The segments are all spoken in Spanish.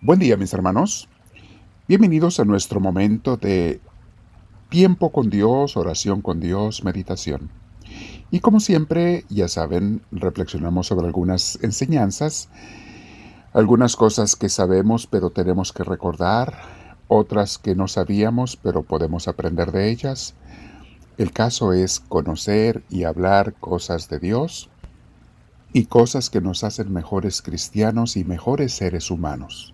Buen día, mis hermanos. Bienvenidos a nuestro momento de tiempo con Dios, oración con Dios, meditación. Y como siempre, ya saben, reflexionamos sobre algunas enseñanzas, algunas cosas que sabemos pero tenemos que recordar, otras que no sabíamos pero podemos aprender de ellas. El caso es conocer y hablar cosas de Dios y cosas que nos hacen mejores cristianos y mejores seres humanos.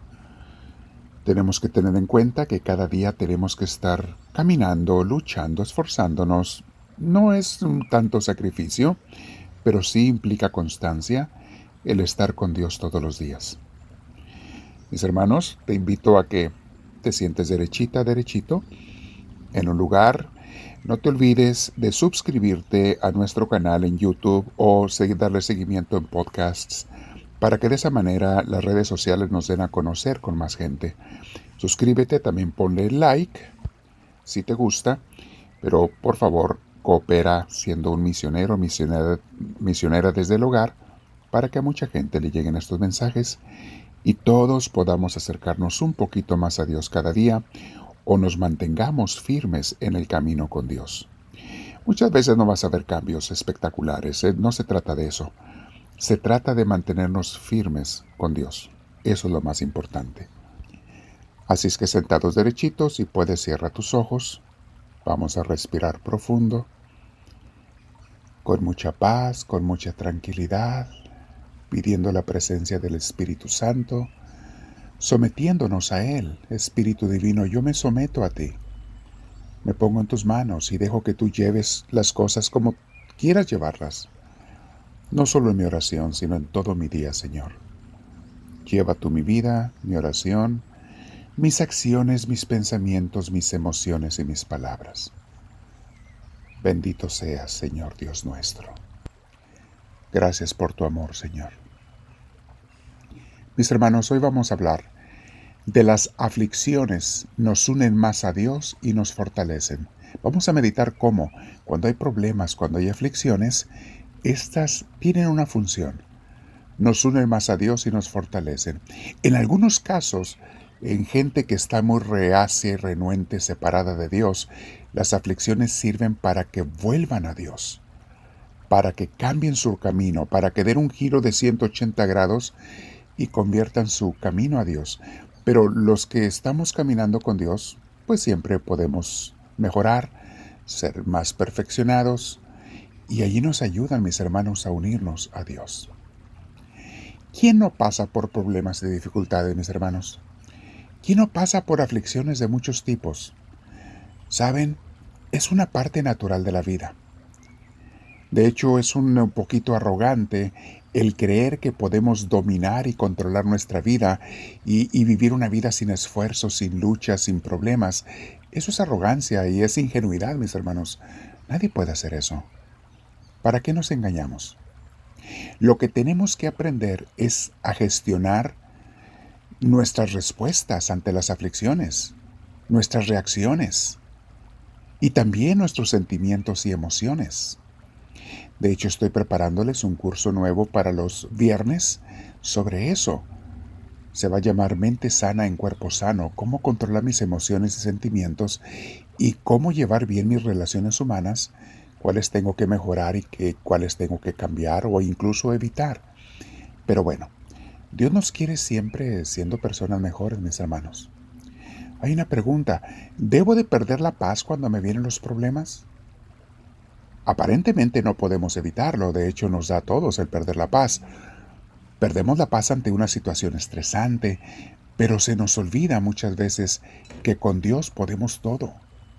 Tenemos que tener en cuenta que cada día tenemos que estar caminando, luchando, esforzándonos. No es un tanto sacrificio, pero sí implica constancia el estar con Dios todos los días. Mis hermanos, te invito a que te sientes derechita, derechito, en un lugar. No te olvides de suscribirte a nuestro canal en YouTube o darle seguimiento en podcasts para que de esa manera las redes sociales nos den a conocer con más gente. Suscríbete, también ponle like si te gusta, pero por favor coopera siendo un misionero, misionera desde el hogar para que a mucha gente le lleguen estos mensajes y todos podamos acercarnos un poquito más a Dios cada día o nos mantengamos firmes en el camino con Dios. Muchas veces no vas a ver cambios espectaculares, no se trata de eso. Se trata de mantenernos firmes con Dios. Eso es lo más importante. Así es que sentados derechitos, si puedes cierra tus ojos. Vamos a respirar profundo, con mucha paz, con mucha tranquilidad, pidiendo la presencia del Espíritu Santo, sometiéndonos a Él. Espíritu Divino, yo me someto a ti. Me pongo en tus manos y dejo que tú lleves las cosas como quieras llevarlas. No solo en mi oración, sino en todo mi día, Señor. Lleva tú mi vida, mi oración, mis acciones, mis pensamientos, mis emociones y mis palabras. Bendito seas, Señor Dios nuestro. Gracias por tu amor, Señor. Mis hermanos, hoy vamos a hablar de las aflicciones. Nos unen más a Dios y nos fortalecen. Vamos a meditar cómo, cuando hay problemas, cuando hay aflicciones, estas tienen una función. Nos unen más a Dios y nos fortalecen. En algunos casos, en gente que está muy reacia y renuente, separada de Dios, las aflicciones sirven para que vuelvan a Dios, para que cambien su camino, para que den un giro de 180 grados y conviertan su camino a Dios. Pero los que estamos caminando con Dios, pues siempre podemos mejorar, ser más perfeccionados, y allí nos ayudan, mis hermanos, a unirnos a Dios. ¿Quién no pasa por problemas y dificultades, mis hermanos? ¿Quién no pasa por aflicciones de muchos tipos? ¿Saben? Es una parte natural de la vida. De hecho, es un poquito arrogante el creer que podemos dominar y controlar nuestra vida y vivir una vida sin esfuerzo, sin lucha, sin problemas. Eso es arrogancia y es ingenuidad, mis hermanos. Nadie puede hacer eso. ¿Para qué nos engañamos? Lo que tenemos que aprender es a gestionar nuestras respuestas ante las aflicciones, nuestras reacciones y también nuestros sentimientos y emociones. De hecho, estoy preparándoles un curso nuevo para los viernes sobre eso. Se va a llamar Mente Sana en Cuerpo Sano, cómo controlar mis emociones y sentimientos y cómo llevar bien mis relaciones humanas, cuáles tengo que mejorar y cuáles tengo que cambiar o incluso evitar. Pero bueno, Dios nos quiere siempre siendo personas mejores, mis hermanos. Hay una pregunta, ¿debo de perder la paz cuando me vienen los problemas? Aparentemente no podemos evitarlo, de hecho nos da a todos el perder la paz. Perdemos la paz ante una situación estresante, pero se nos olvida muchas veces que con Dios podemos todo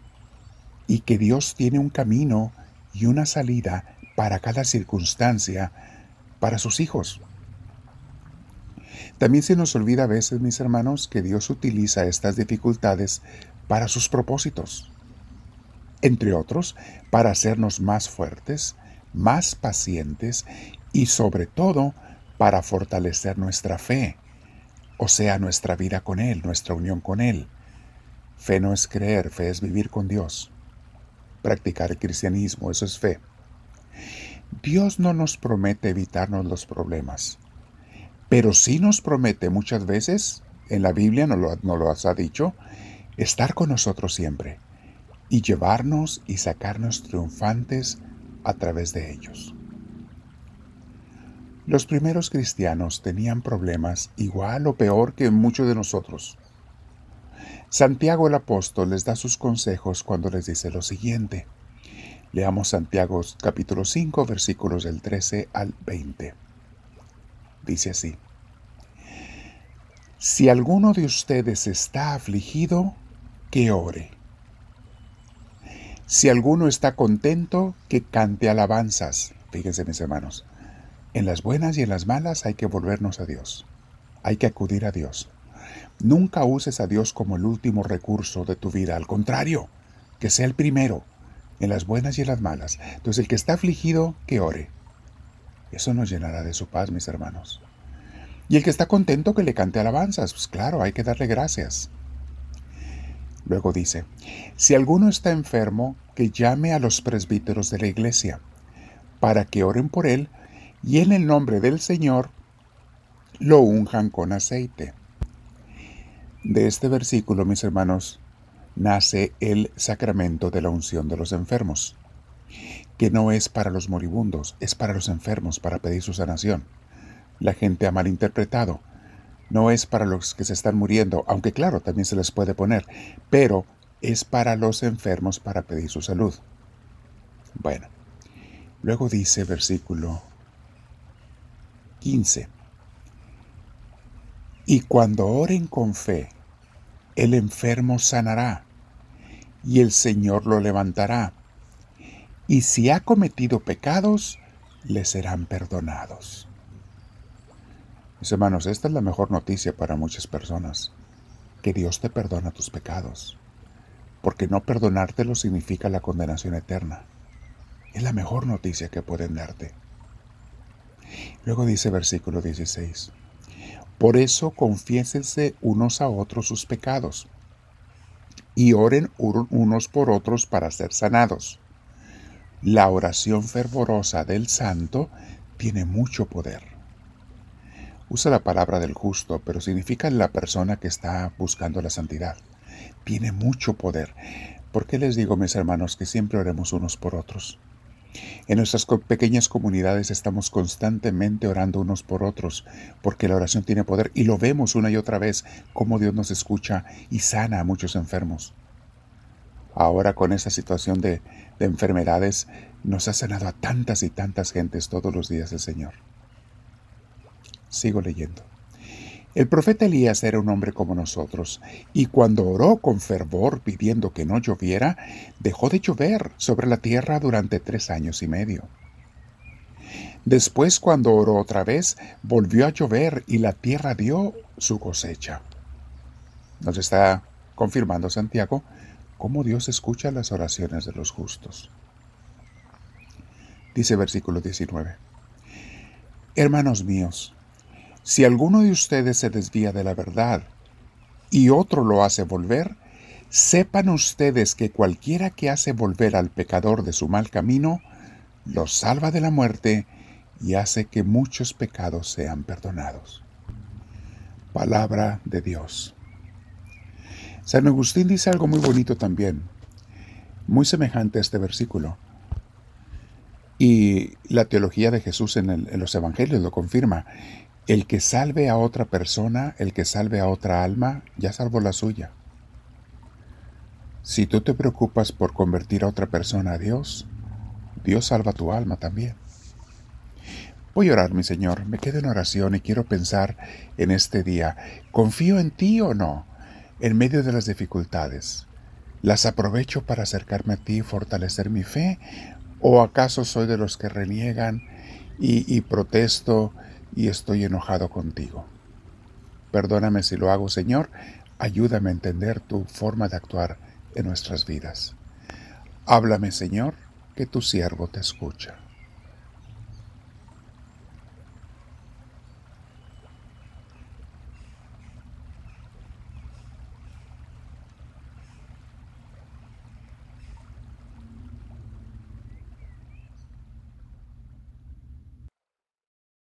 y que Dios tiene un camino y una salida para cada circunstancia para sus hijos. También se nos olvida a veces, mis hermanos, que Dios utiliza estas dificultades para sus propósitos. Entre otros, para hacernos más fuertes, más pacientes y sobre todo para fortalecer nuestra fe, o sea, nuestra vida con Él, nuestra unión con Él. Fe no es creer, fe es vivir con Dios. Practicar el cristianismo, eso es fe. Dios no nos promete evitarnos los problemas, pero sí nos promete muchas veces en la Biblia nos lo ha dicho, estar con nosotros siempre y llevarnos y sacarnos triunfantes a través de ellos. Los primeros cristianos tenían problemas igual o peor que muchos de nosotros. Santiago el apóstol les da sus consejos cuando les dice lo siguiente. Leamos Santiago capítulo 5, versículos del 13 al 20. Dice así: Si alguno de ustedes está afligido, que ore. Si alguno está contento, que cante alabanzas. Fíjense, mis hermanos, en las buenas y en las malas hay que volvernos a Dios. Hay que acudir a Dios. Nunca uses a Dios como el último recurso de tu vida. Al contrario, que sea el primero, en las buenas y en las malas. Entonces, el que está afligido, que ore. Eso nos llenará de su paz, mis hermanos. Y el que está contento, que le cante alabanzas. Pues claro, hay que darle gracias. Luego dice, si alguno está enfermo, que llame a los presbíteros de la iglesia, para que oren por él, y en el nombre del Señor lo unjan con aceite. De este versículo, mis hermanos, nace el sacramento de la unción de los enfermos, que no es para los moribundos, es para los enfermos, para pedir su sanación. La gente ha malinterpretado. No es para los que se están muriendo, aunque claro, también se les puede poner, pero es para los enfermos para pedir su salud. Bueno, luego dice versículo 15. Y cuando oren con fe, el enfermo sanará, y el Señor lo levantará, y si ha cometido pecados, le serán perdonados. Mis hermanos, esta es la mejor noticia para muchas personas, que Dios te perdona tus pecados, porque no perdonártelo significa la condenación eterna. Es la mejor noticia que pueden darte. Luego dice versículo 16, por eso confiésense unos a otros sus pecados, y oren unos por otros para ser sanados. La oración fervorosa del santo tiene mucho poder. Usa la palabra del justo, pero significa la persona que está buscando la santidad. Tiene mucho poder. ¿Por qué les digo, mis hermanos, que siempre oremos unos por otros? En nuestras pequeñas comunidades estamos constantemente orando unos por otros, porque la oración tiene poder y lo vemos una y otra vez, cómo Dios nos escucha y sana a muchos enfermos. Ahora con esa situación de enfermedades, nos ha sanado a tantas y tantas gentes todos los días el Señor. Sigo leyendo. El profeta Elías era un hombre como nosotros, y cuando oró con fervor pidiendo que no lloviera, dejó de llover sobre la tierra durante 3 años y medio. Después, cuando oró otra vez, volvió a llover y la tierra dio su cosecha. Nos está confirmando Santiago cómo Dios escucha las oraciones de los justos. Dice versículo 19. Hermanos míos, si alguno de ustedes se desvía de la verdad y otro lo hace volver, sepan ustedes que cualquiera que hace volver al pecador de su mal camino, lo salva de la muerte y hace que muchos pecados sean perdonados. Palabra de Dios. San Agustín dice algo muy bonito también, muy semejante a este versículo. Y la teología de Jesús en los evangelios lo confirma. El que salve a otra persona, el que salve a otra alma, ya salvó la suya. Si tú te preocupas por convertir a otra persona a Dios, Dios salva tu alma también. Voy a orar, mi Señor, me quedo en oración y quiero pensar en este día, ¿confío en ti o no? En medio de las dificultades, ¿las aprovecho para acercarme a ti y fortalecer mi fe? ¿O acaso soy de los que reniegan y protesto y estoy enojado contigo? Perdóname si lo hago, Señor. Ayúdame a entender tu forma de actuar en nuestras vidas. Háblame, Señor, que tu siervo te escucha.